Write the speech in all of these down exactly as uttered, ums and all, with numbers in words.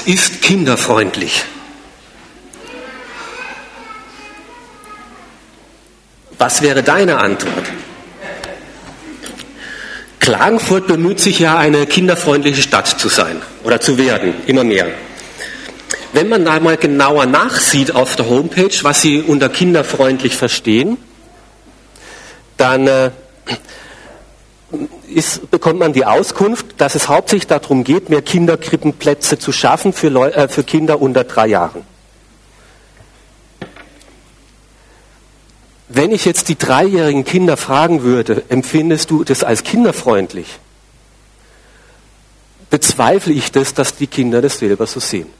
ist kinderfreundlich? Was wäre deine Antwort? Klagenfurt bemüht sich ja, eine kinderfreundliche Stadt zu sein oder zu werden, immer mehr. Wenn man da mal genauer nachsieht auf der Homepage, was sie unter kinderfreundlich verstehen, dann äh, ist, bekommt man die Auskunft, dass es hauptsächlich darum geht, mehr Kinderkrippenplätze zu schaffen für, Leu- äh, für Kinder unter drei Jahren. Wenn ich jetzt die dreijährigen Kinder fragen würde, empfindest du das als kinderfreundlich? Bezweifle ich das, dass die Kinder das selber so sehen.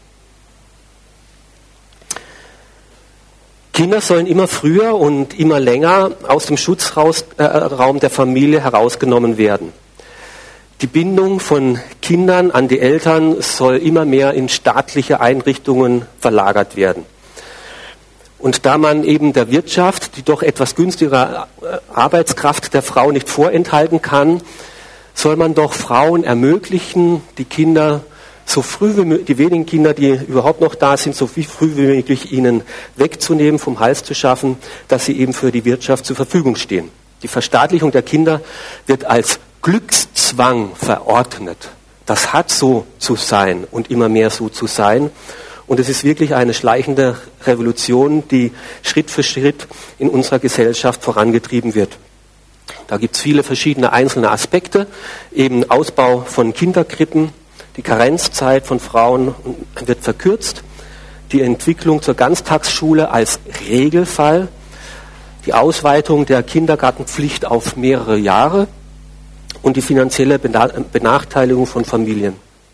Kinder sollen immer früher und immer länger aus dem Schutzraum der Familie herausgenommen werden. Die Bindung von Kindern an die Eltern soll immer mehr in staatliche Einrichtungen verlagert werden. Und da man eben der Wirtschaft die doch etwas günstigere Arbeitskraft der Frau nicht vorenthalten kann, soll man doch Frauen ermöglichen, die Kinder so früh wie möglich, die wenigen Kinder, die überhaupt noch da sind, so früh wie möglich ihnen wegzunehmen, vom Hals zu schaffen, dass sie eben für die Wirtschaft zur Verfügung stehen. Die Verstaatlichung der Kinder wird als Glückszwang verordnet. Das hat so zu sein und immer mehr so zu sein. Und es ist wirklich eine schleichende Revolution, die Schritt für Schritt in unserer Gesellschaft vorangetrieben wird. Da gibt es viele verschiedene einzelne Aspekte, eben Ausbau von Kinderkrippen, die Karenzzeit von Frauen wird verkürzt, die Entwicklung zur Ganztagsschule als Regelfall, die Ausweitung der Kindergartenpflicht auf mehrere Jahre und die finanzielle Benachteiligung von Familien.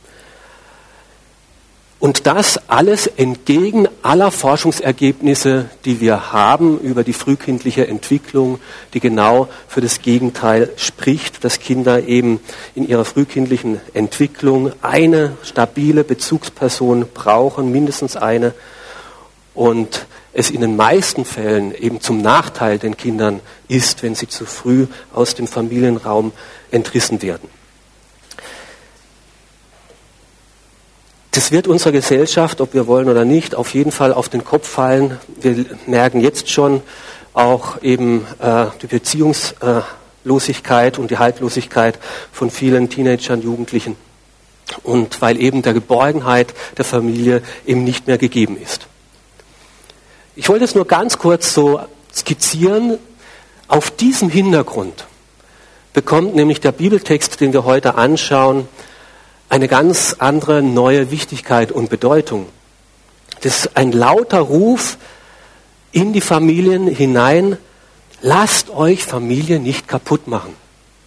Und das alles entgegen aller Forschungsergebnisse, die wir haben über die frühkindliche Entwicklung, die genau für das Gegenteil spricht, dass Kinder eben in ihrer frühkindlichen Entwicklung eine stabile Bezugsperson brauchen, mindestens eine, und es in den meisten Fällen eben zum Nachteil den Kindern ist, wenn sie zu früh aus dem Familienraum entrissen werden. Das wird unserer Gesellschaft, ob wir wollen oder nicht, auf jeden Fall auf den Kopf fallen. Wir merken jetzt schon auch eben äh, die Beziehungslosigkeit und die Haltlosigkeit von vielen Teenagern, Jugendlichen. Und weil eben der Geborgenheit der Familie eben nicht mehr gegeben ist. Ich wollte es nur ganz kurz so skizzieren. Auf diesem Hintergrund bekommt nämlich der Bibeltext, den wir heute anschauen, eine ganz andere neue Wichtigkeit und Bedeutung. Das ist ein lauter Ruf in die Familien hinein: Lasst euch Familie nicht kaputt machen.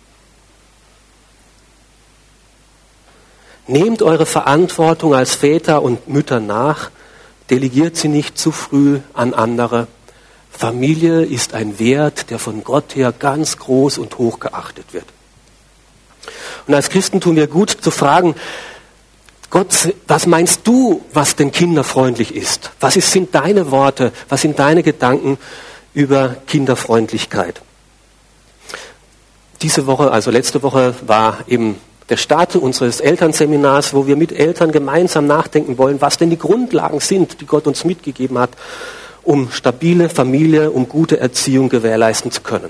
Nehmt eure Verantwortung als Väter und Mütter nach, delegiert sie nicht zu früh an andere. Familie ist ein Wert, der von Gott her ganz groß und hoch geachtet wird. Und als Christen tun wir gut zu fragen: Gott, was meinst du, was denn kinderfreundlich ist? Was ist, sind deine Worte, was sind deine Gedanken über Kinderfreundlichkeit? Diese Woche, also letzte Woche, war eben der Start unseres Elternseminars, wo wir mit Eltern gemeinsam nachdenken wollen, was denn die Grundlagen sind, die Gott uns mitgegeben hat, um stabile Familie, um gute Erziehung gewährleisten zu können.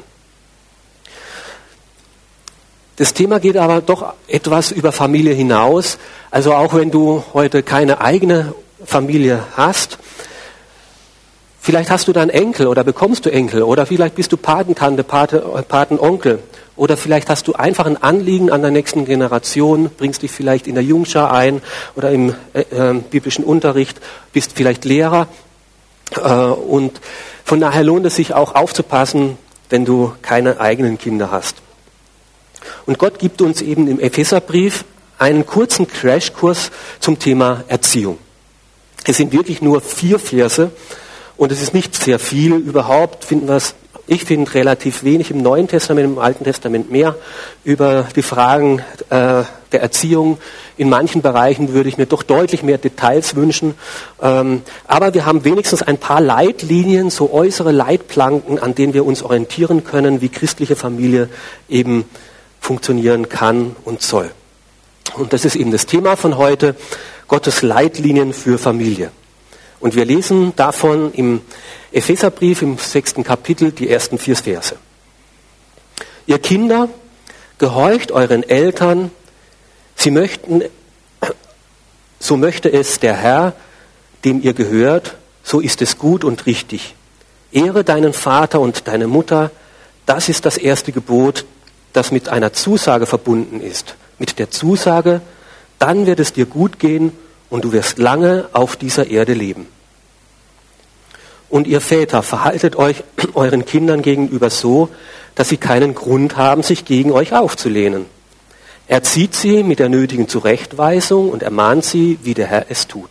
Das Thema geht aber doch etwas über Familie hinaus. Also auch wenn du heute keine eigene Familie hast, vielleicht hast du dann Enkel oder bekommst du Enkel oder vielleicht bist du Patentante, Pate, Patenonkel oder vielleicht hast du einfach ein Anliegen an der nächsten Generation, bringst dich vielleicht in der Jungschar ein oder im äh, äh, biblischen Unterricht, bist vielleicht Lehrer äh, und von daher lohnt es sich auch aufzupassen, wenn du keine eigenen Kinder hast. Und Gott gibt uns eben im Epheserbrief einen kurzen Crashkurs zum Thema Erziehung. Es sind wirklich nur vier Verse und es ist nicht sehr viel. Überhaupt finden wir es, ich finde, relativ wenig im Neuen Testament, im Alten Testament mehr über die Fragen äh, der Erziehung. In manchen Bereichen würde ich mir doch deutlich mehr Details wünschen. Ähm, aber wir haben wenigstens ein paar Leitlinien, so äußere Leitplanken, an denen wir uns orientieren können, wie christliche Familie eben funktionieren kann und soll. Und das ist eben das Thema von heute. Gottes Leitlinien für Familie. Und wir lesen davon im Epheserbrief im sechsten Kapitel die ersten vier Verse. Ihr Kinder, gehorcht euren Eltern, sie möchten, so möchte es der Herr, dem ihr gehört, so ist es gut und richtig. Ehre deinen Vater und deine Mutter, das ist das erste Gebot, das mit einer Zusage verbunden ist. Mit der Zusage, dann wird es dir gut gehen und du wirst lange auf dieser Erde leben. Und ihr Väter, verhaltet euch euren Kindern gegenüber so, dass sie keinen Grund haben, sich gegen euch aufzulehnen. Erzieht sie mit der nötigen Zurechtweisung und ermahnt sie, wie der Herr es tut.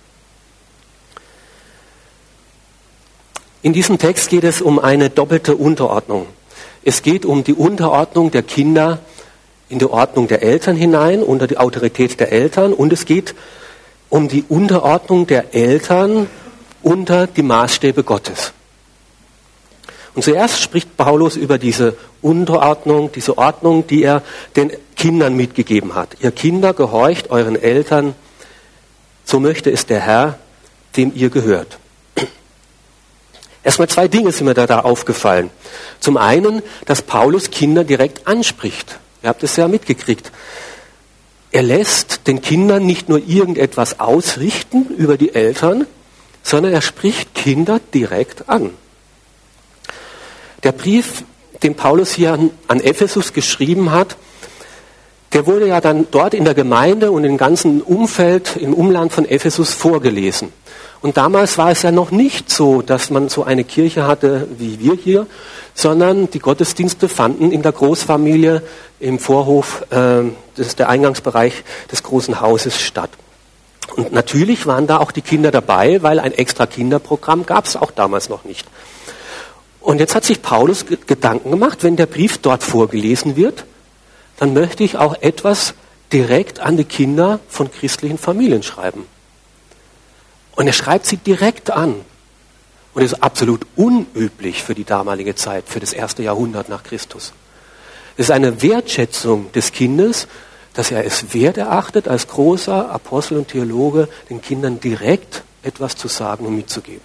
In diesem Text geht es um eine doppelte Unterordnung. Es geht um die Unterordnung der Kinder in die Ordnung der Eltern hinein, unter die Autorität der Eltern, und es geht um die Unterordnung der Eltern unter die Maßstäbe Gottes. Und zuerst spricht Paulus über diese Unterordnung, diese Ordnung, die er den Kindern mitgegeben hat. Ihr Kinder, gehorcht euren Eltern, so möchte es der Herr, dem ihr gehört. Erstmal zwei Dinge sind mir da, da aufgefallen. Zum einen, dass Paulus Kinder direkt anspricht. Ihr habt es ja mitgekriegt. Er lässt den Kindern nicht nur irgendetwas ausrichten über die Eltern, sondern er spricht Kinder direkt an. Der Brief, den Paulus hier an, an Ephesus geschrieben hat, der wurde ja dann dort in der Gemeinde und im ganzen Umfeld, im Umland von Ephesus vorgelesen. Und damals war es ja noch nicht so, dass man so eine Kirche hatte wie wir hier, sondern die Gottesdienste fanden in der Großfamilie im Vorhof, äh, das ist der Eingangsbereich des großen Hauses, statt. Und natürlich waren da auch die Kinder dabei, weil ein extra Kinderprogramm gab es auch damals noch nicht. Und jetzt hat sich Paulus Gedanken gemacht, wenn der Brief dort vorgelesen wird, dann möchte ich auch etwas direkt an die Kinder von christlichen Familien schreiben. Und er schreibt sie direkt an. Und das ist absolut unüblich für die damalige Zeit, für das erste Jahrhundert nach Christus. Es ist eine Wertschätzung des Kindes, dass er es wert erachtet, als großer Apostel und Theologe den Kindern direkt etwas zu sagen und mitzugeben.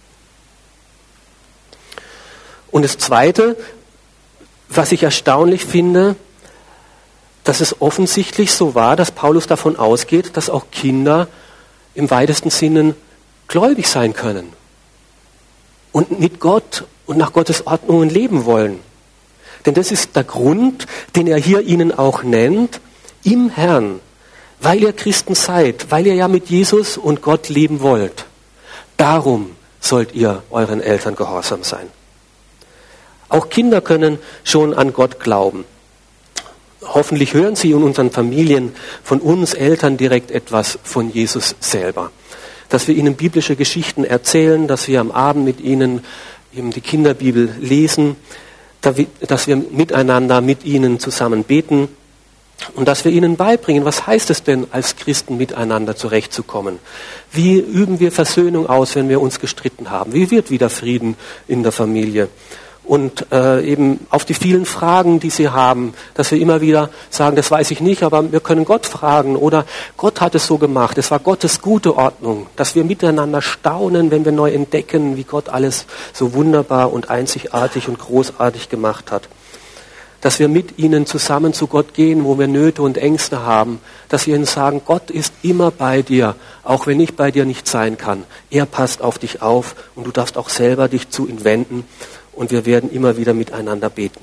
Und das Zweite, was ich erstaunlich finde, dass es offensichtlich so war, dass Paulus davon ausgeht, dass auch Kinder im weitesten Sinne gläubig sein können und mit Gott und nach Gottes Ordnungen leben wollen. Denn das ist der Grund, den er hier ihnen auch nennt, im Herrn, weil ihr Christen seid, weil ihr ja mit Jesus und Gott leben wollt. Darum sollt ihr euren Eltern gehorsam sein. Auch Kinder können schon an Gott glauben. Hoffentlich hören sie in unseren Familien von uns Eltern direkt etwas von Jesus selber. Dass wir ihnen biblische Geschichten erzählen, dass wir am Abend mit ihnen eben die Kinderbibel lesen, dass wir miteinander mit ihnen zusammen beten und dass wir ihnen beibringen, was heißt es denn, als Christen miteinander zurechtzukommen? Wie üben wir Versöhnung aus, wenn wir uns gestritten haben? Wie wird wieder Frieden in der Familie? Und äh, eben auf die vielen Fragen, die sie haben, dass wir immer wieder sagen, das weiß ich nicht, aber wir können Gott fragen oder Gott hat es so gemacht, es war Gottes gute Ordnung, dass wir miteinander staunen, wenn wir neu entdecken, wie Gott alles so wunderbar und einzigartig und großartig gemacht hat. Dass wir mit ihnen zusammen zu Gott gehen, wo wir Nöte und Ängste haben, dass wir ihnen sagen, Gott ist immer bei dir, auch wenn ich bei dir nicht sein kann. Er passt auf dich auf und du darfst auch selber dich zu ihm wenden. Und wir werden immer wieder miteinander beten.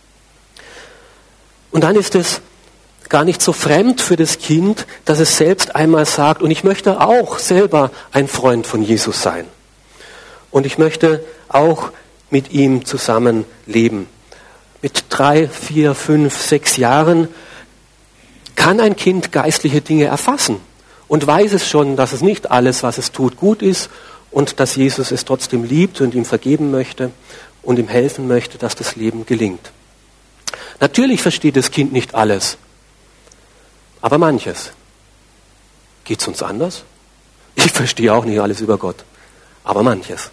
Und dann ist es gar nicht so fremd für das Kind, dass es selbst einmal sagt, und ich möchte auch selber ein Freund von Jesus sein. Und ich möchte auch mit ihm zusammen leben. Mit drei, vier, fünf, sechs Jahren kann ein Kind geistliche Dinge erfassen und weiß es schon, dass es nicht alles, was es tut, gut ist und dass Jesus es trotzdem liebt und ihm vergeben möchte und ihm helfen möchte, dass das Leben gelingt. Natürlich versteht das Kind nicht alles, aber manches. Geht es uns anders? Ich verstehe auch nicht alles über Gott, aber manches.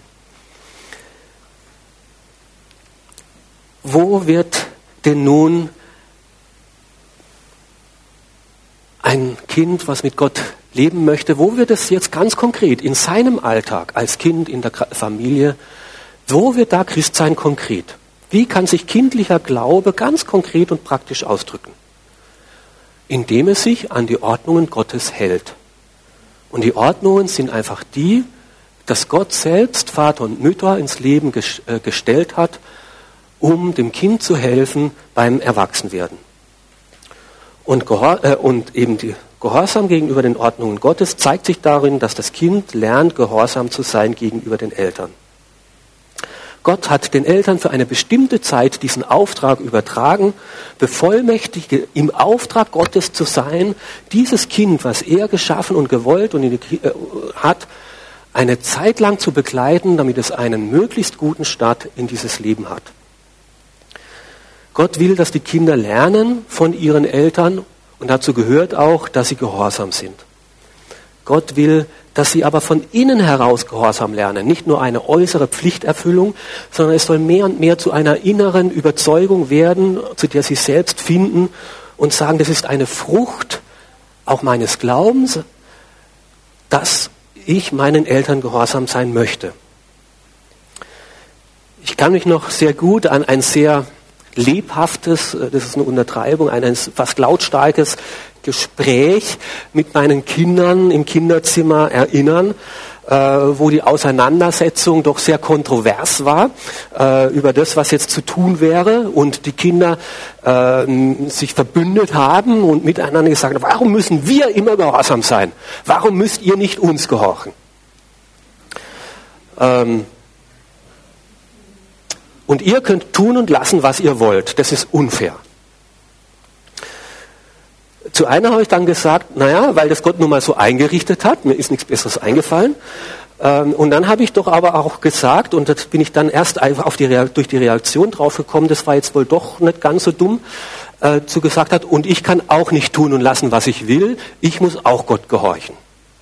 Wo wird denn nun ein Kind, was mit Gott leben möchte, wo wir das jetzt ganz konkret in seinem Alltag als Kind, in der Familie, wo wird da Christsein konkret? Wie kann sich kindlicher Glaube ganz konkret und praktisch ausdrücken? Indem es sich an die Ordnungen Gottes hält. Und die Ordnungen sind einfach die, dass Gott selbst Vater und Mütter ins Leben gestellt hat, um dem Kind zu helfen beim Erwachsenwerden. Und, Gehor- äh, und eben die Gehorsam gegenüber den Ordnungen Gottes zeigt sich darin, dass das Kind lernt, gehorsam zu sein gegenüber den Eltern. Gott hat den Eltern für eine bestimmte Zeit diesen Auftrag übertragen, bevollmächtigt im Auftrag Gottes zu sein, dieses Kind, was er geschaffen und gewollt und in die, äh, hat, eine Zeit lang zu begleiten, damit es einen möglichst guten Start in dieses Leben hat. Gott will, dass die Kinder lernen von ihren Eltern und dazu gehört auch, dass sie gehorsam sind. Gott will, dass sie aber von innen heraus Gehorsam lernen. Nicht nur eine äußere Pflichterfüllung, sondern es soll mehr und mehr zu einer inneren Überzeugung werden, zu der sie selbst finden und sagen, das ist eine Frucht auch meines Glaubens, dass ich meinen Eltern gehorsam sein möchte. Ich kann mich noch sehr gut an ein sehr lebhaftes, das ist eine Untertreibung, ein fast lautstarkes Gespräch mit meinen Kindern im Kinderzimmer erinnern, äh, wo die Auseinandersetzung doch sehr kontrovers war äh, über das, was jetzt zu tun wäre und die Kinder äh, sich verbündet haben und miteinander gesagt haben, warum müssen wir immer gehorsam sein? Warum müsst ihr nicht uns gehorchen? Ähm, Und ihr könnt tun und lassen, was ihr wollt. Das ist unfair. Zu einer habe ich dann gesagt, naja, weil das Gott nun mal so eingerichtet hat, mir ist nichts Besseres eingefallen. Und dann habe ich doch aber auch gesagt, und das bin ich dann erst einfach auf die, durch die Reaktion drauf gekommen, das war jetzt wohl doch nicht ganz so dumm, äh, zu gesagt hat, und ich kann auch nicht tun und lassen, was ich will, ich muss auch Gott gehorchen.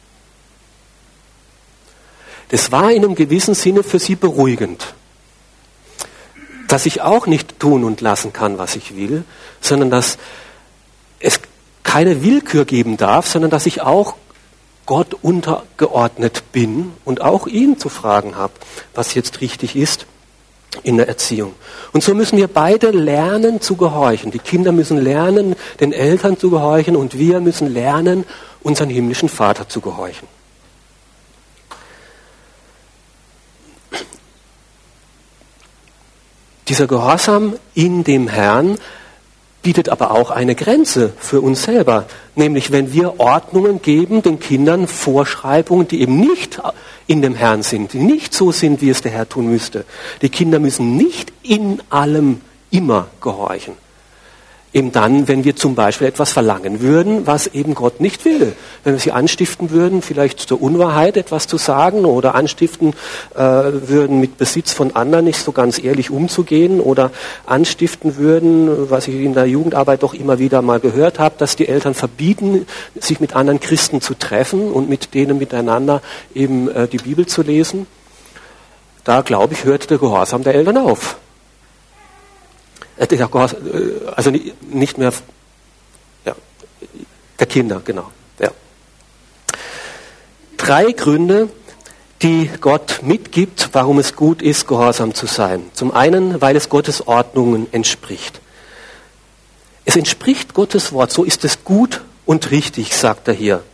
Das war in einem gewissen Sinne für sie beruhigend. Dass ich auch nicht tun und lassen kann, was ich will, sondern dass es keine Willkür geben darf, sondern dass ich auch Gott untergeordnet bin und auch ihn zu fragen habe, was jetzt richtig ist in der Erziehung. Und so müssen wir beide lernen zu gehorchen. Die Kinder müssen lernen, den Eltern zu gehorchen und wir müssen lernen, unseren himmlischen Vater zu gehorchen. Dieser Gehorsam in dem Herrn bietet aber auch eine Grenze für uns selber. Nämlich, wenn wir Ordnungen geben, den Kindern Vorschreibungen, die eben nicht in dem Herrn sind, die nicht so sind, wie es der Herr tun müsste. Die Kinder müssen nicht in allem immer gehorchen. Eben dann, wenn wir zum Beispiel etwas verlangen würden, was eben Gott nicht will. Wenn wir sie anstiften würden, vielleicht zur Unwahrheit etwas zu sagen oder anstiften äh, würden, mit Besitz von anderen nicht so ganz ehrlich umzugehen oder anstiften würden, was ich in der Jugendarbeit doch immer wieder mal gehört habe, dass die Eltern verbieten, sich mit anderen Christen zu treffen und mit denen miteinander eben äh, die Bibel zu lesen. Da, glaube ich, hört der Gehorsam der Eltern auf. Also nicht mehr, ja, der Kinder, genau. Ja. Drei Gründe, die Gott mitgibt, warum es gut ist, gehorsam zu sein. Zum einen, weil es Gottes Ordnungen entspricht. Es entspricht Gottes Wort, so ist es gut und richtig, sagt er hier.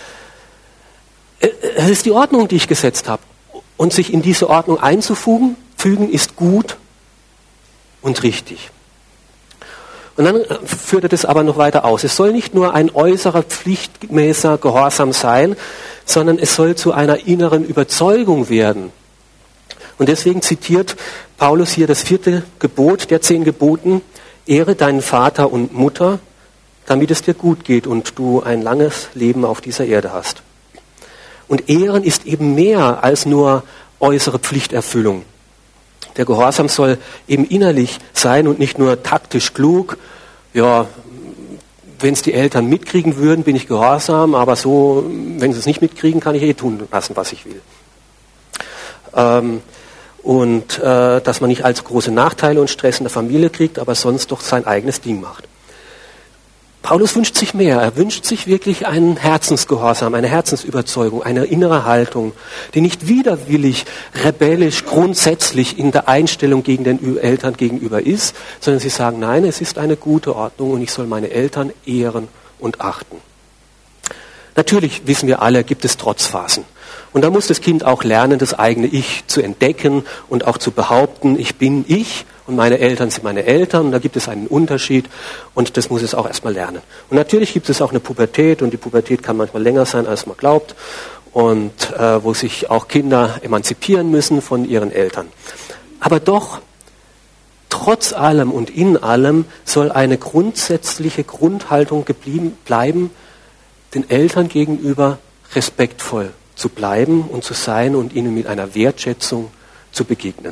Es ist die Ordnung, die ich gesetzt habe. Und sich in diese Ordnung einzufügen, fügen, ist gut und richtig. Und dann führt er das aber noch weiter aus. Es soll nicht nur ein äußerer, pflichtmäßiger Gehorsam sein, sondern es soll zu einer inneren Überzeugung werden. Und deswegen zitiert Paulus hier das vierte Gebot der zehn Geboten: Ehre deinen Vater und Mutter, damit es dir gut geht und du ein langes Leben auf dieser Erde hast. Und Ehren ist eben mehr als nur äußere Pflichterfüllung. Der Gehorsam soll eben innerlich sein und nicht nur taktisch klug. Ja, wenn es die Eltern mitkriegen würden, bin ich gehorsam, aber so, wenn sie es nicht mitkriegen, kann ich eh tun lassen, was ich will. Ähm, und äh, dass man nicht allzu große Nachteile und Stress in der Familie kriegt, aber sonst doch sein eigenes Ding macht. Paulus wünscht sich mehr. Er wünscht sich wirklich einen Herzensgehorsam, eine Herzensüberzeugung, eine innere Haltung, die nicht widerwillig, rebellisch, grundsätzlich in der Einstellung gegen den Eltern gegenüber ist, sondern sie sagen, nein, es ist eine gute Ordnung und ich soll meine Eltern ehren und achten. Natürlich, wissen wir alle, gibt es Trotzphasen. Und da muss das Kind auch lernen, das eigene Ich zu entdecken und auch zu behaupten, ich bin ich und meine Eltern sind meine Eltern. Und da gibt es einen Unterschied und das muss es auch erstmal lernen. Und natürlich gibt es auch eine Pubertät und die Pubertät kann manchmal länger sein, als man glaubt. Und äh, wo sich auch Kinder emanzipieren müssen von ihren Eltern. Aber doch, trotz allem und in allem soll eine grundsätzliche Grundhaltung geblieben, bleiben, den Eltern gegenüber respektvoll zu bleiben und zu sein und ihnen mit einer Wertschätzung zu begegnen.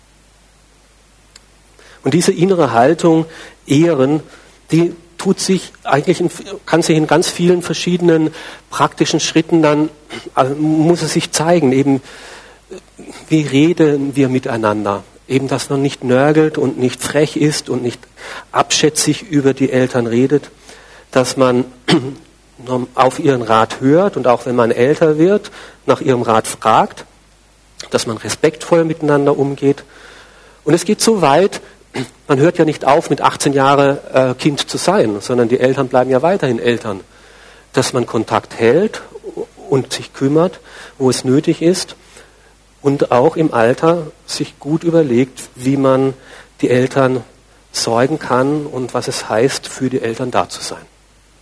Und diese innere Haltung, Ehren, die tut sich eigentlich, in, kann sich in ganz vielen verschiedenen praktischen Schritten dann, also muss es sich zeigen, eben, wie reden wir miteinander? Eben, dass man nicht nörgelt und nicht frech ist und nicht abschätzig über die Eltern redet, dass man auf ihren Rat hört und auch wenn man älter wird, nach ihrem Rat fragt, dass man respektvoll miteinander umgeht. Und es geht so weit, man hört ja nicht auf, mit achtzehn Jahren äh, Kind zu sein, sondern die Eltern bleiben ja weiterhin Eltern. Dass man Kontakt hält und sich kümmert, wo es nötig ist und auch im Alter sich gut überlegt, wie man die Eltern sorgen kann und was es heißt, für die Eltern da zu sein.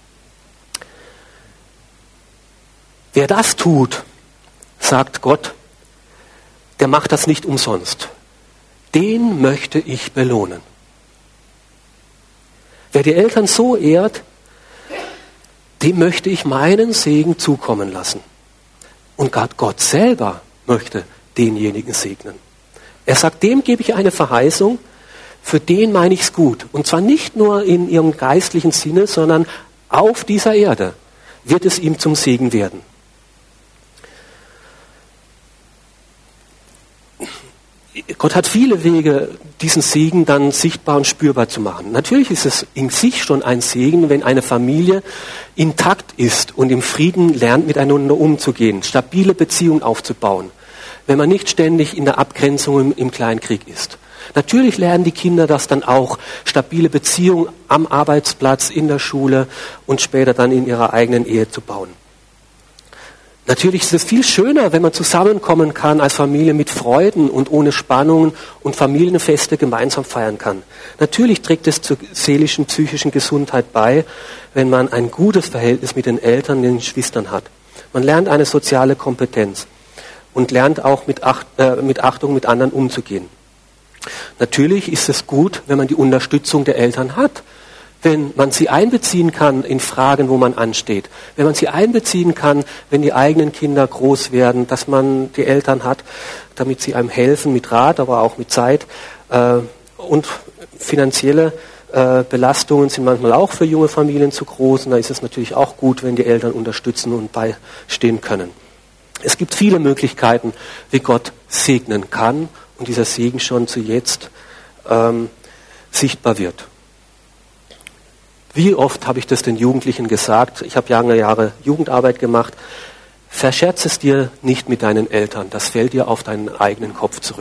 Wer das tut, sagt Gott, der macht das nicht umsonst. Den möchte ich belohnen. Wer die Eltern so ehrt, dem möchte ich meinen Segen zukommen lassen. Und Gott selber möchte denjenigen segnen. Er sagt, dem gebe ich eine Verheißung, für den meine ich es gut. Und zwar nicht nur in ihrem geistlichen Sinne, sondern auf dieser Erde wird es ihm zum Segen werden. Gott hat viele Wege, diesen Segen dann sichtbar und spürbar zu machen. Natürlich ist es in sich schon ein Segen, wenn eine Familie intakt ist und im Frieden lernt, miteinander umzugehen, stabile Beziehungen aufzubauen, wenn man nicht ständig in der Abgrenzung im, im Kleinkrieg ist. Natürlich lernen die Kinder das dann auch, stabile Beziehungen am Arbeitsplatz, in der Schule und später dann in ihrer eigenen Ehe zu bauen. Natürlich ist es viel schöner, wenn man zusammenkommen kann als Familie mit Freuden und ohne Spannungen und Familienfeste gemeinsam feiern kann. Natürlich trägt es zur seelischen, psychischen Gesundheit bei, wenn man ein gutes Verhältnis mit den Eltern, den Geschwistern hat. Man lernt eine soziale Kompetenz und lernt auch mit, Acht, äh, mit Achtung mit anderen umzugehen. Natürlich ist es gut, wenn man die Unterstützung der Eltern hat. Wenn man sie einbeziehen kann in Fragen, wo man ansteht, wenn man sie einbeziehen kann, wenn die eigenen Kinder groß werden, dass man die Eltern hat, damit sie einem helfen mit Rat, aber auch mit Zeit. Äh, und finanzielle äh, Belastungen sind manchmal auch für junge Familien zu groß. Und da ist es natürlich auch gut, wenn die Eltern unterstützen und beistehen können. Es gibt viele Möglichkeiten, wie Gott segnen kann und dieser Segen schon zu jetzt ähm, sichtbar wird. Wie oft habe ich das den Jugendlichen gesagt? Ich habe lange Jahre Jugendarbeit gemacht. Verscherz es dir nicht mit deinen Eltern. Das fällt dir auf deinen eigenen Kopf zurück.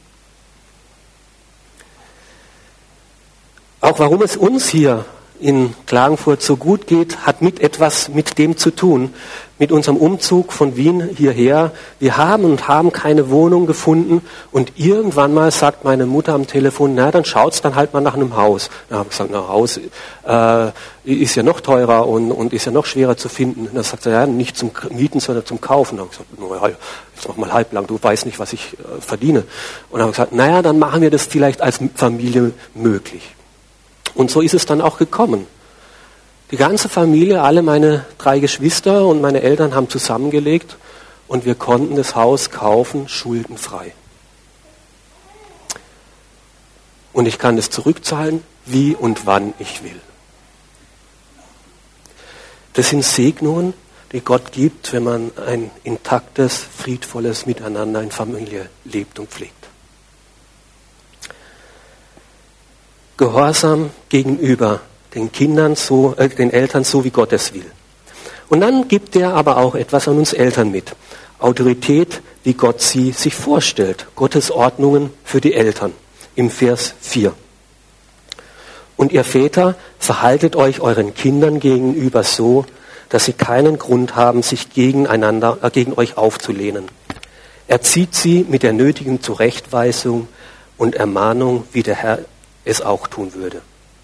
Auch warum es uns hier in Klagenfurt so gut geht, hat mit etwas mit dem zu tun, mit unserem Umzug von Wien hierher. Wir haben und haben keine Wohnung gefunden und irgendwann mal sagt meine Mutter am Telefon, na, dann schaut's dann halt mal nach einem Haus. Da habe ich gesagt, na, Haus äh, ist ja noch teurer und, und ist ja noch schwerer zu finden. Und dann sagt sie, ja, nicht zum Mieten, sondern zum Kaufen. Da habe ich gesagt, no, jetzt mach mal halblang, du weißt nicht, was ich äh, verdiene. Und dann habe ich gesagt, naja, dann machen wir das vielleicht als Familie möglich. Und so ist es dann auch gekommen. Die ganze Familie, alle meine drei Geschwister und meine Eltern haben zusammengelegt und wir konnten das Haus kaufen, schuldenfrei. Und ich kann es zurückzahlen, wie und wann ich will. Das sind Segnungen, die Gott gibt, wenn man ein intaktes, friedvolles Miteinander in Familie lebt und pflegt. Gehorsam gegenüber den Kindern so, äh, den Eltern so, wie Gott es will. Und dann gibt er aber auch etwas an uns Eltern mit. Autorität, wie Gott sie sich vorstellt. Gottes Ordnungen für die Eltern. Im Vers vier. Und ihr Väter, verhaltet euch euren Kindern gegenüber so, dass sie keinen Grund haben, sich gegeneinander, äh, gegen euch aufzulehnen. Erzieht sie mit der nötigen Zurechtweisung und Ermahnung, wie der Herr es auch tun würde.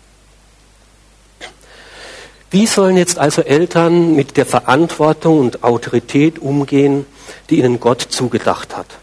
Wie sollen jetzt also Eltern mit der Verantwortung und Autorität umgehen, die ihnen Gott zugedacht hat?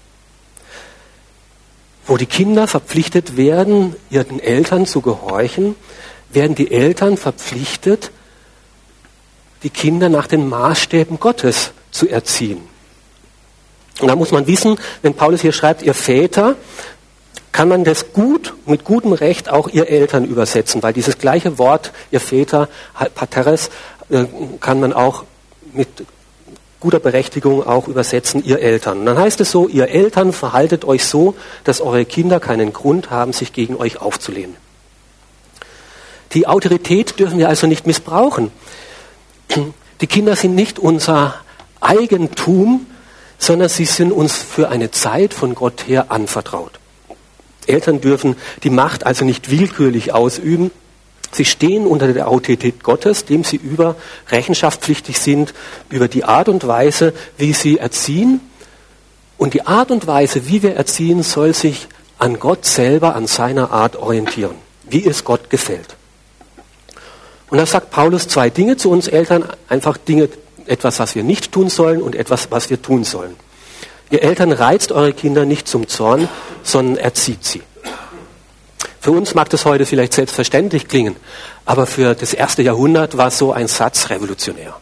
Wo die Kinder verpflichtet werden, ihren Eltern zu gehorchen, werden die Eltern verpflichtet, die Kinder nach den Maßstäben Gottes zu erziehen. Und da muss man wissen, wenn Paulus hier schreibt, ihr Väter, kann man das gut, mit gutem Recht auch ihr Eltern übersetzen, weil dieses gleiche Wort, ihr Väter, Pateres, kann man auch mit guter Berechtigung auch übersetzen, ihr Eltern. Und dann heißt es so, ihr Eltern verhaltet euch so, dass eure Kinder keinen Grund haben, sich gegen euch aufzulehnen. Die Autorität dürfen wir also nicht missbrauchen. Die Kinder sind nicht unser Eigentum, sondern sie sind uns für eine Zeit von Gott her anvertraut. Eltern dürfen die Macht also nicht willkürlich ausüben. Sie stehen unter der Autorität Gottes, dem sie über rechenschaftspflichtig sind, über die Art und Weise, wie sie erziehen. Und die Art und Weise, wie wir erziehen, soll sich an Gott selber, an seiner Art orientieren, wie es Gott gefällt. Und da sagt Paulus zwei Dinge zu uns Eltern, einfach Dinge, etwas, was wir nicht tun sollen und etwas, was wir tun sollen. Ihr Eltern reizt eure Kinder nicht zum Zorn, sondern erzieht sie. Für uns mag das heute vielleicht selbstverständlich klingen, aber für das erste Jahrhundert war so ein Satz revolutionär.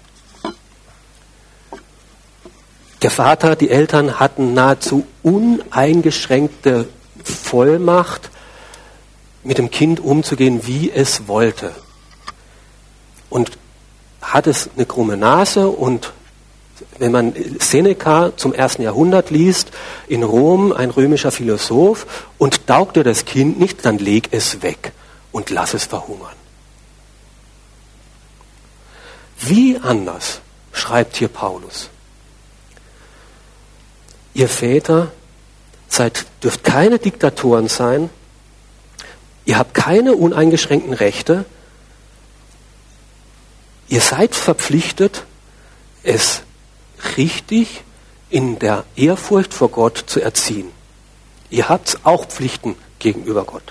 Der Vater, die Eltern hatten nahezu uneingeschränkte Vollmacht, mit dem Kind umzugehen, wie es wollte. Und hat es eine krumme Nase und wenn man Seneca zum ersten Jahrhundert liest, in Rom, ein römischer Philosoph, und taugt dir das Kind nicht, dann leg es weg und lass es verhungern. Wie anders schreibt hier Paulus. Ihr Väter seid, dürft keine Diktatoren sein, ihr habt keine uneingeschränkten Rechte, ihr seid verpflichtet, es richtig in der Ehrfurcht vor Gott zu erziehen. Ihr habt auch Pflichten gegenüber Gott.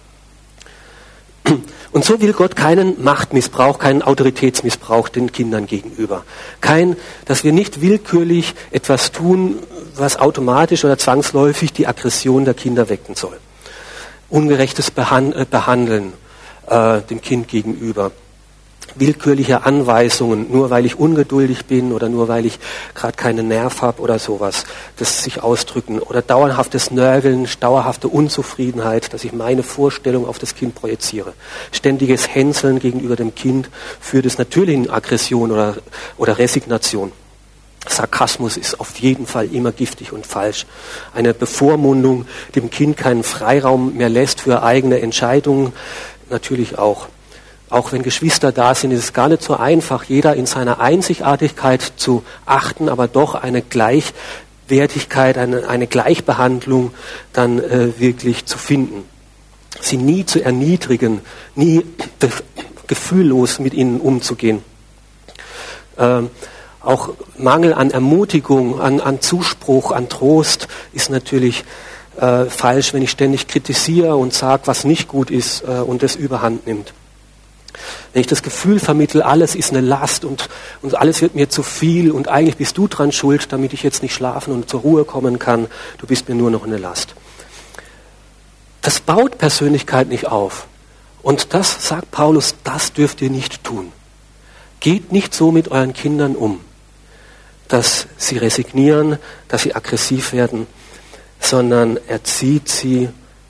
Und so will Gott keinen Machtmissbrauch, keinen Autoritätsmissbrauch den Kindern gegenüber. Kein, dass wir nicht willkürlich etwas tun, was automatisch oder zwangsläufig die Aggression der Kinder wecken soll. Ungerechtes Behandeln äh, dem Kind gegenüber. Willkürliche Anweisungen, nur weil ich ungeduldig bin oder nur weil ich gerade keinen Nerv habe oder sowas, das sich ausdrücken. Oder dauerhaftes Nörgeln, dauerhafte Unzufriedenheit, dass ich meine Vorstellung auf das Kind projiziere. Ständiges Hänseln gegenüber dem Kind führt es natürlich in Aggression oder, oder Resignation. Sarkasmus ist auf jeden Fall immer giftig und falsch. Eine Bevormundung, die dem Kind keinen Freiraum mehr lässt für eigene Entscheidungen, natürlich auch. Auch wenn Geschwister da sind, ist es gar nicht so einfach, jeder in seiner Einzigartigkeit zu achten, aber doch eine Gleichwertigkeit, eine, eine Gleichbehandlung dann äh, wirklich zu finden. Sie nie zu erniedrigen, nie gefühllos mit ihnen umzugehen. Ähm, auch Mangel an Ermutigung, an, an Zuspruch, an Trost ist natürlich äh, falsch, wenn ich ständig kritisiere und sage, was nicht gut ist äh, und das überhand nimmt. Wenn ich das Gefühl vermittle, alles ist eine Last und, und alles wird mir zu viel und eigentlich bist du dran schuld, damit ich jetzt nicht schlafen und zur Ruhe kommen kann, du bist mir nur noch eine Last. Das baut Persönlichkeit nicht auf. Und das, sagt Paulus, das dürft ihr nicht tun. Geht nicht so mit euren Kindern um, dass sie resignieren, dass sie aggressiv werden, sondern erzieht sie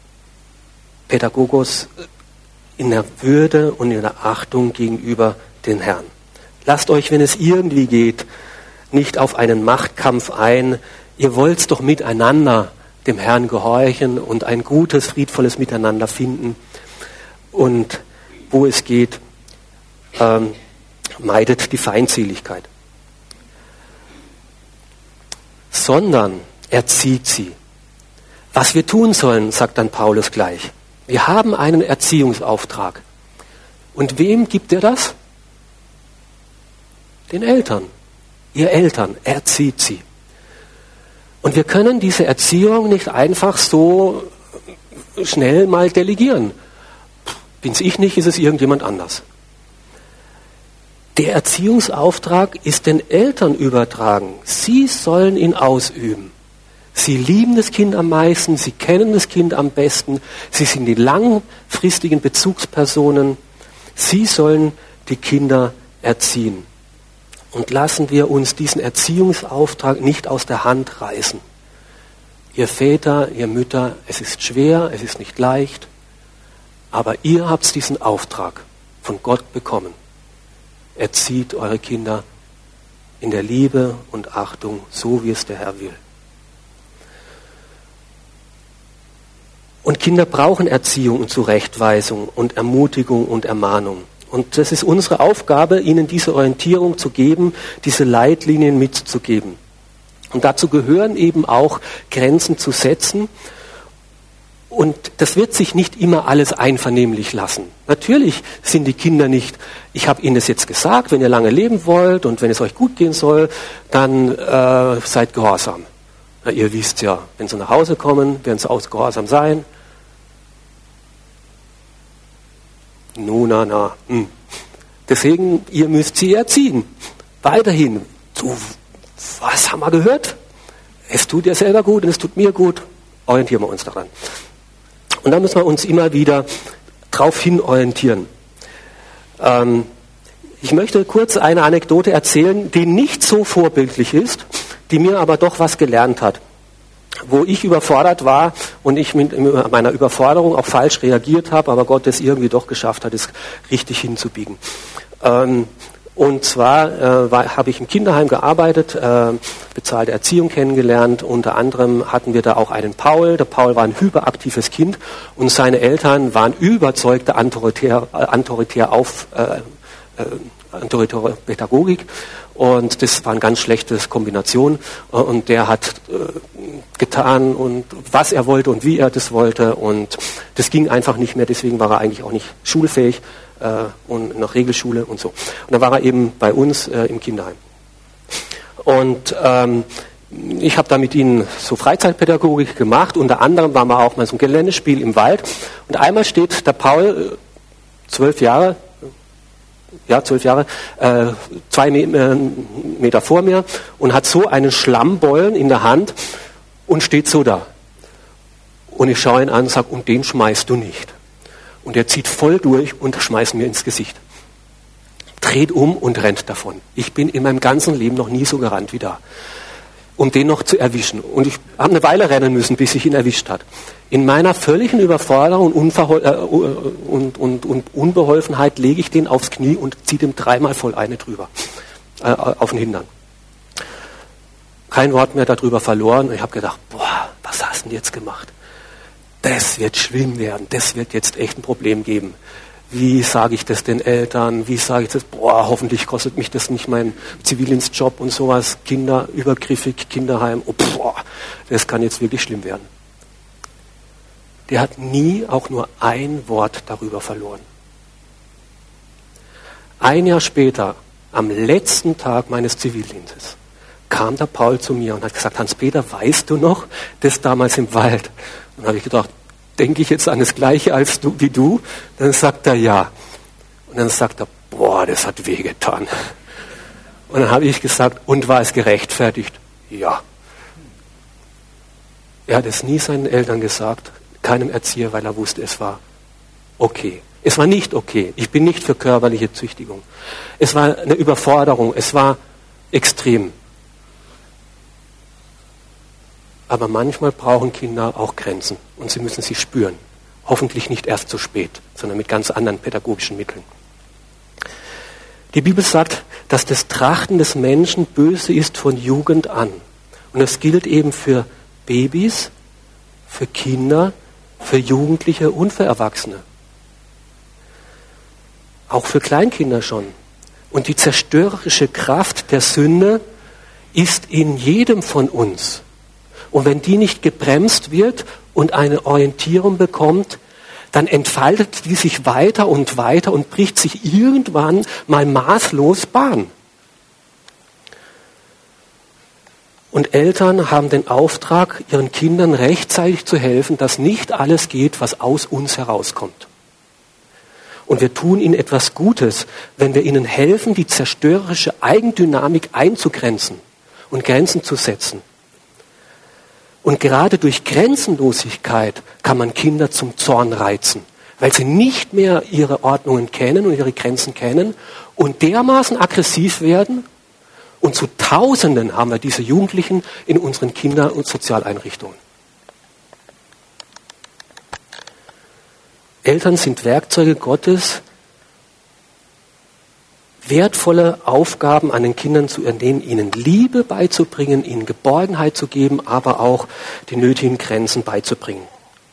Pädagogos in der Würde und in der Achtung gegenüber den Herrn. Lasst euch, wenn es irgendwie geht, nicht auf einen Machtkampf ein. Ihr wollt doch miteinander dem Herrn gehorchen und ein gutes, friedvolles Miteinander finden. Und wo es geht, ähm, meidet die Feindseligkeit. Sondern erzieht sie. Was wir tun sollen, sagt dann Paulus gleich. Wir haben einen Erziehungsauftrag. Und wem gibt er das? Den Eltern. Ihr Eltern, erzieht sie. Und wir können diese Erziehung nicht einfach so schnell mal delegieren. Bin's ich nicht, ist es irgendjemand anders. Der Erziehungsauftrag ist den Eltern übertragen. Sie sollen ihn ausüben. Sie lieben das Kind am meisten, sie kennen das Kind am besten, sie sind die langfristigen Bezugspersonen. Sie sollen die Kinder erziehen. Und lassen wir uns diesen Erziehungsauftrag nicht aus der Hand reißen. Ihr Väter, ihr Mütter, es ist schwer, es ist nicht leicht, aber ihr habt diesen Auftrag von Gott bekommen. Erzieht eure Kinder in der Liebe und Achtung, so wie es der Herr will. Und Kinder brauchen Erziehung und Zurechtweisung und Ermutigung und Ermahnung. Und das ist unsere Aufgabe, ihnen diese Orientierung zu geben, diese Leitlinien mitzugeben. Und dazu gehören eben auch Grenzen zu setzen. Und das wird sich nicht immer alles einvernehmlich lassen. Natürlich sind die Kinder nicht, ich habe ihnen das jetzt gesagt, wenn ihr lange leben wollt und wenn es euch gut gehen soll, dann äh, seid gehorsam. Na, ihr wisst ja, wenn sie nach Hause kommen, werden sie auch gehorsam sein. No, na, na. Hm. Deswegen, ihr müsst sie erziehen. Weiterhin. Du, was haben wir gehört? Es tut dir selber gut und es tut mir gut. Orientieren wir uns daran. Und da müssen wir uns immer wieder drauf hin orientieren. Ähm, ich möchte kurz eine Anekdote erzählen, die nicht so vorbildlich ist, die mir aber doch was gelernt hat. Wo ich überfordert war und ich mit meiner Überforderung auch falsch reagiert habe, aber Gott es irgendwie doch geschafft hat, es richtig hinzubiegen. Ähm, und zwar äh, habe ich im Kinderheim gearbeitet, äh, bezahlte Erziehung kennengelernt. Unter anderem hatten wir da auch einen Paul. Der Paul war ein hyperaktives Kind und seine Eltern waren überzeugte autoritär, äh, autoritär auf äh, äh, autoritäre Pädagogik. Und das war eine ganz schlechte Kombination. Und der hat äh, getan, und was er wollte und wie er das wollte. Und das ging einfach nicht mehr. Deswegen war er eigentlich auch nicht schulfähig äh, und nach Regelschule und so. Und dann war er eben bei uns äh, im Kinderheim. Und ähm, ich habe da mit ihnen so Freizeitpädagogik gemacht. Unter anderem waren wir auch mal so ein Geländespiel im Wald. Und einmal steht der Paul, zwölf Jahre, ja, zwölf Jahre, äh, zwei Meter vor mir und hat so einen Schlammbollen in der Hand und steht so da. Und ich schaue ihn an und sage, und den schmeißt du nicht. Und er zieht voll durch und schmeißt mir ins Gesicht. Dreht um und rennt davon. Ich bin in meinem ganzen Leben noch nie so gerannt wie da, um den noch zu erwischen. Und ich habe eine Weile rennen müssen, bis ich ihn erwischt hat. In meiner völligen Überforderung und, Unverhol- äh, und, und, und Unbeholfenheit lege ich den aufs Knie und ziehe dem dreimal voll eine drüber, äh, auf den Hintern. Kein Wort mehr darüber verloren. Und ich habe gedacht, boah, was hast du denn jetzt gemacht? Das wird schlimm werden, das wird jetzt echt ein Problem geben. Wie sage ich das den Eltern? Wie sage ich das? Boah, hoffentlich kostet mich das nicht mein Zivildienstjob und sowas. Kinder, übergriffig, Kinderheim. Oh, boah, das kann jetzt wirklich schlimm werden. Der hat nie auch nur ein Wort darüber verloren. Ein Jahr später, am letzten Tag meines Zivildienstes, kam der Paul zu mir und hat gesagt, Hans-Peter, weißt du noch, das damals im Wald? Und dann habe ich gedacht, denke ich jetzt an das Gleiche als du, wie du? Dann sagt er ja. Und dann sagt er, boah, das hat wehgetan. Und dann habe ich gesagt, und war es gerechtfertigt? Ja. Er hat es nie seinen Eltern gesagt, keinem Erzieher, weil er wusste, es war okay. Es war nicht okay. Ich bin nicht für körperliche Züchtigung. Es war eine Überforderung. Es war extrem. Aber manchmal brauchen Kinder auch Grenzen und sie müssen sie spüren. Hoffentlich nicht erst zu spät, sondern mit ganz anderen pädagogischen Mitteln. Die Bibel sagt, dass das Trachten des Menschen böse ist von Jugend an. Und das gilt eben für Babys, für Kinder, für Jugendliche und für Erwachsene. auch für Kleinkinder schon. Und die zerstörerische Kraft der Sünde ist in jedem von uns. Und wenn die nicht gebremst wird und eine Orientierung bekommt, dann entfaltet die sich weiter und weiter und bricht sich irgendwann mal maßlos Bahn. Und Eltern haben den Auftrag, ihren Kindern rechtzeitig zu helfen, dass nicht alles geht, was aus uns herauskommt. Und wir tun ihnen etwas Gutes, wenn wir ihnen helfen, die zerstörerische Eigendynamik einzugrenzen und Grenzen zu setzen. Und gerade durch Grenzenlosigkeit kann man Kinder zum Zorn reizen, weil sie nicht mehr ihre Ordnungen kennen und ihre Grenzen kennen und dermaßen aggressiv werden. Und zu Tausenden haben wir diese Jugendlichen in unseren Kinder- und Sozialeinrichtungen. Eltern sind Werkzeuge Gottes, wertvolle Aufgaben an den Kindern zu übernehmen, ihnen Liebe beizubringen, ihnen Geborgenheit zu geben, aber auch die nötigen Grenzen beizubringen.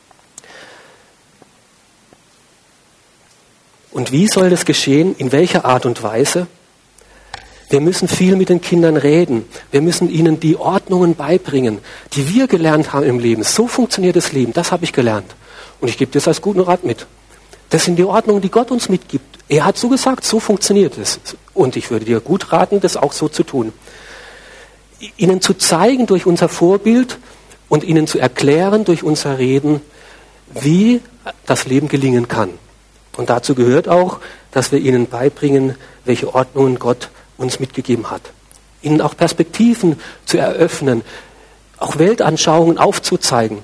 Und wie soll das geschehen? In welcher Art und Weise? Wir müssen viel mit den Kindern reden. Wir müssen ihnen die Ordnungen beibringen, die wir gelernt haben im Leben. So funktioniert das Leben. Das habe ich gelernt. Und ich gebe das als guten Rat mit. Das sind die Ordnungen, die Gott uns mitgibt. Er hat so gesagt, so funktioniert es. Und ich würde dir gut raten, das auch so zu tun. Ihnen zu zeigen durch unser Vorbild und ihnen zu erklären durch unser Reden, wie das Leben gelingen kann. Und dazu gehört auch, dass wir ihnen beibringen, welche Ordnungen Gott uns mitgegeben hat. Ihnen auch Perspektiven zu eröffnen, auch Weltanschauungen aufzuzeigen.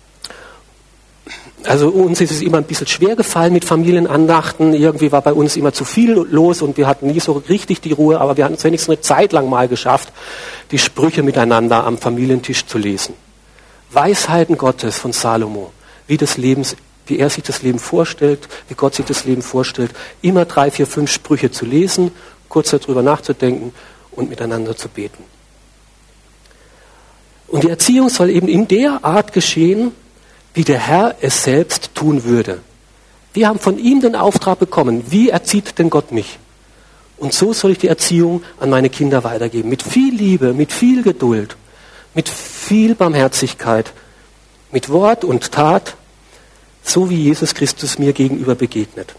Also uns ist es immer ein bisschen schwer gefallen mit Familienandachten. Irgendwie war bei uns immer zu viel los und wir hatten nie so richtig die Ruhe, aber wir hatten es wenigstens eine Zeit lang mal geschafft, die Sprüche miteinander am Familientisch zu lesen. Weisheiten Gottes von Salomo, wie das Leben, wie er sich das Leben vorstellt, wie Gott sich das Leben vorstellt. Immer drei, vier, fünf Sprüche zu lesen, kurz darüber nachzudenken und miteinander zu beten. Und die Erziehung soll eben in der Art geschehen, wie der Herr es selbst tun würde. Wir haben von ihm den Auftrag bekommen, wie erzieht denn Gott mich? Und so soll ich die Erziehung an meine Kinder weitergeben. Mit viel Liebe, mit viel Geduld, mit viel Barmherzigkeit, mit Wort und Tat, so wie Jesus Christus mir gegenüber begegnet.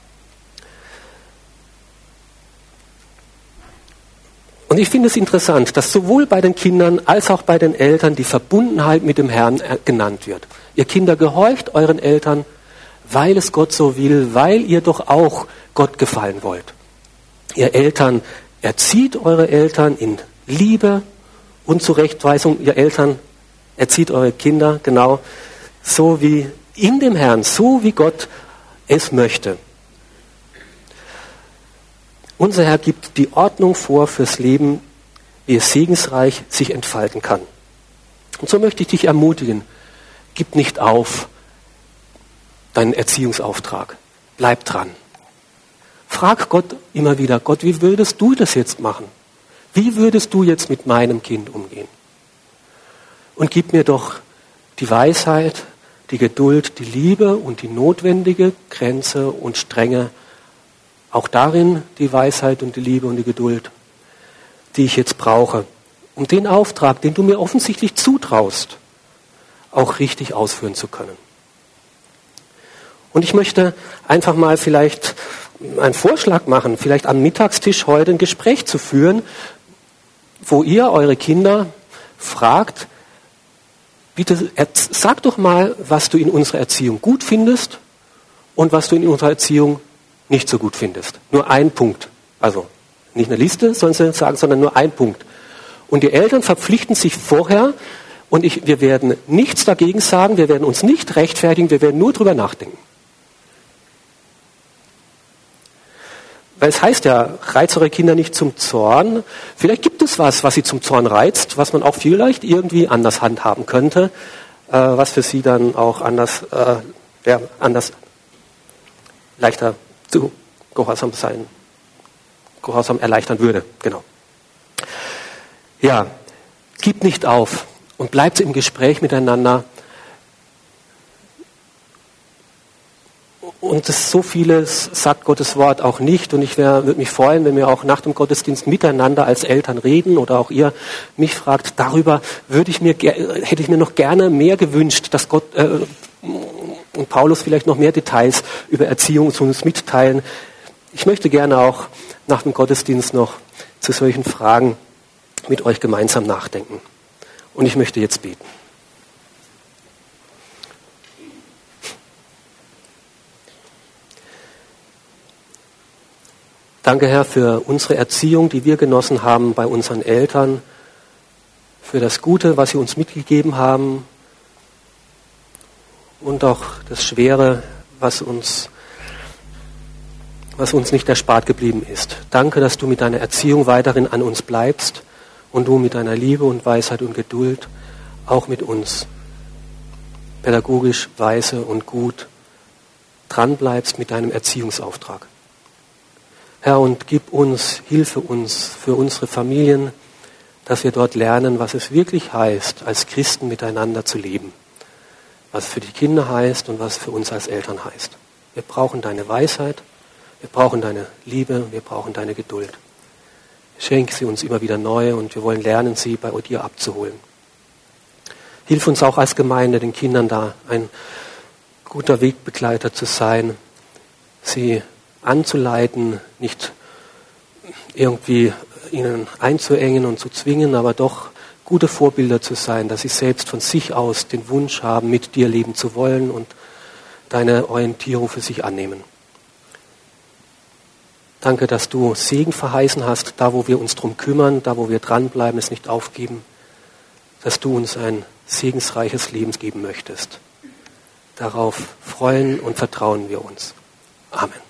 Und ich finde es interessant, dass sowohl bei den Kindern als auch bei den Eltern die Verbundenheit mit dem Herrn genannt wird. Ihr Kinder, gehorcht euren Eltern, weil es Gott so will, weil ihr doch auch Gott gefallen wollt. Ihr Eltern, erzieht eure Eltern in Liebe und Zurechtweisung. Ihr Eltern, erzieht eure Kinder, genau, so wie in dem Herrn, so wie Gott es möchte. Unser Herr gibt die Ordnung vor fürs Leben, wie es segensreich sich entfalten kann. Und so möchte ich dich ermutigen, gib nicht auf deinen Erziehungsauftrag. Bleib dran. Frag Gott immer wieder, Gott, wie würdest du das jetzt machen? Wie würdest du jetzt mit meinem Kind umgehen? Und gib mir doch die Weisheit, die Geduld, die Liebe und die notwendige Grenze und Strenge, auch darin die Weisheit und die Liebe und die Geduld, die ich jetzt brauche, um den Auftrag, den du mir offensichtlich zutraust, auch richtig ausführen zu können. Und ich möchte einfach mal vielleicht einen Vorschlag machen, vielleicht am Mittagstisch heute ein Gespräch zu führen, wo ihr eure Kinder fragt, bitte sag doch mal, was du in unserer Erziehung gut findest und was du in unserer Erziehung nicht so gut findest. Nur ein Punkt. Also nicht eine Liste, sollen sie sagen, sondern nur ein Punkt. Und die Eltern verpflichten sich vorher, und ich, wir werden nichts dagegen sagen, wir werden uns nicht rechtfertigen, wir werden nur drüber nachdenken. Weil es heißt ja, reizt eure Kinder nicht zum Zorn. Vielleicht gibt es was, was sie zum Zorn reizt, was man auch vielleicht irgendwie anders handhaben könnte, äh, was für sie dann auch anders, äh, ja, anders leichter zu Gehorsam sein, Gehorsam erleichtern würde. Genau. Ja, gib nicht auf und bleibt im Gespräch miteinander Und das so vieles sagt Gottes Wort auch nicht. Und ich würde mich freuen, wenn wir auch nach dem Gottesdienst miteinander als Eltern reden oder auch ihr mich fragt. Darüber würde ich mir, hätte ich mir noch gerne mehr gewünscht, dass Gott äh, und Paulus vielleicht noch mehr Details über Erziehung zu uns mitteilen. Ich möchte gerne auch nach dem Gottesdienst noch zu solchen Fragen mit euch gemeinsam nachdenken. Und ich möchte jetzt beten. Danke, Herr, für unsere Erziehung, die wir genossen haben bei unseren Eltern, für das Gute, was sie uns mitgegeben haben und auch das Schwere, was uns, was uns nicht erspart geblieben ist. Danke, dass du mit deiner Erziehung weiterhin an uns bleibst und du mit deiner Liebe und Weisheit und Geduld auch mit uns pädagogisch, weise und gut dranbleibst mit deinem Erziehungsauftrag. Herr, und gib uns, hilfe uns für unsere Familien, dass wir dort lernen, was es wirklich heißt, als Christen miteinander zu leben. Was es für die Kinder heißt und was es für uns als Eltern heißt. Wir brauchen deine Weisheit, wir brauchen deine Liebe, wir brauchen deine Geduld. Schenk sie uns immer wieder neu und wir wollen lernen, sie bei dir abzuholen. Hilf uns auch als Gemeinde, den Kindern da ein guter Wegbegleiter zu sein, sie anzuleiten, nicht irgendwie ihnen einzuengen und zu zwingen, aber doch gute Vorbilder zu sein, dass sie selbst von sich aus den Wunsch haben, mit dir leben zu wollen und deine Orientierung für sich annehmen. Danke, dass du Segen verheißen hast, da wo wir uns drum kümmern, da wo wir dranbleiben, es nicht aufgeben, dass du uns ein segensreiches Leben geben möchtest. Darauf freuen und vertrauen wir uns. Amen.